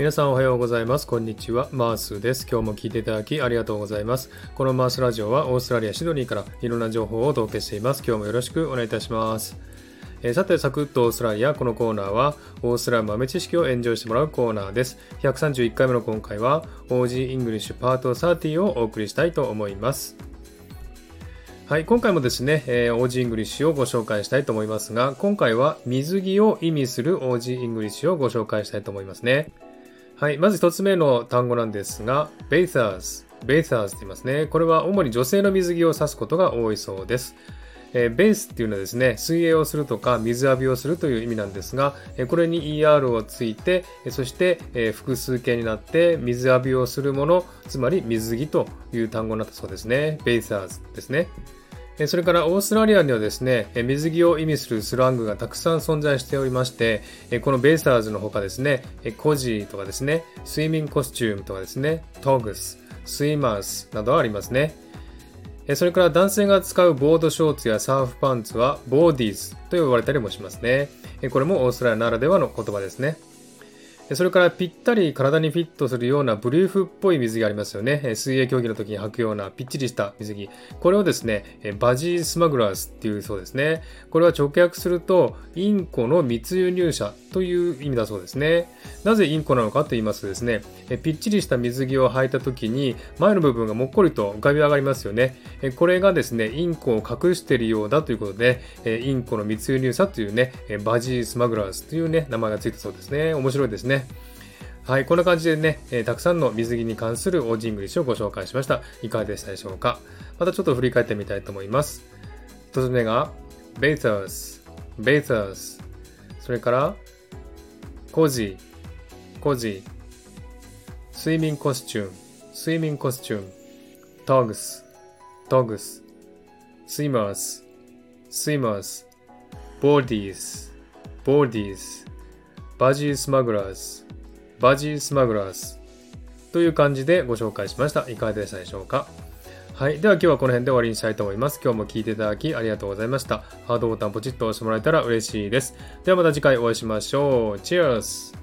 皆さんおはようございます。こんにちは。マースです。今日も聞いていただきありがとうございます。このマースラジオはオーストラリア・シドニーからいろんな情報をお届けしています。今日もよろしくお願いいたします。さて、サクッとオーストラリア。このコーナーはオーストラリア豆知識をエンジョイしてもらうコーナーです。131回目の今回は OG イングリッシュパート30をお送りしたいと思います。はい、今回もですね、OG イングリッシュをご紹介したいと思いますが、今回は水着を意味する OG イングリッシュをご紹介したいと思いますね。はい、まず一つ目の単語なんですが、bathers って言いますね。これは主に女性の水着を指すことが多いそうです。ベースっていうのはですね、水泳をするとか水浴びをするという意味なんですが、これに ER をついて、そして複数形になって水浴びをするもの、つまり水着という単語になったそうですね。bathers ですね。それからオーストラリアにはですね、水着を意味するスラングがたくさん存在しておりまして、このベイサーズの他ですね、コジーとかですね、スイミングコスチュームとかですね、トグス、スイマースなどありますね。それから男性が使うボードショーツやサーフパンツはボーディーズと呼ばれたりもしますね。これもオーストラリアならではの言葉ですね。それからぴったり体にフィットするようなブリーフっぽい水着ありますよね。水泳競技の時に履くようなぴっちりした水着。これをですね、バジースマグラースっていうそうですね。これは直訳するとインコの密輸入者という意味だそうですね。なぜインコなのかと言いますとですね、ぴっちりした水着を履いた時に前の部分がもっこりと浮かび上がりますよね。これがですね、インコを隠しているようだということで、インコの密輸入者というね、バジースマグラースというね、名前がついたそうですね。面白いですね。はい、こんな感じでね、たくさんの水着に関する OG イングリッシュをご紹介しました。いかがでしたでしょうか。またちょっと振り返ってみたいと思います。一つ目が bathers。それからcozy。スイミングコスチューム。togs。スイマース。ボーディーズ。バジースマグラーズという感じでご紹介しました。いかがでしたでしょうか。はい。では今日はこの辺で終わりにしたいと思います。今日も聞いていただきありがとうございました。ハートボタンポチッと押してもらえたら嬉しいです。ではまた次回お会いしましょう。チェアース。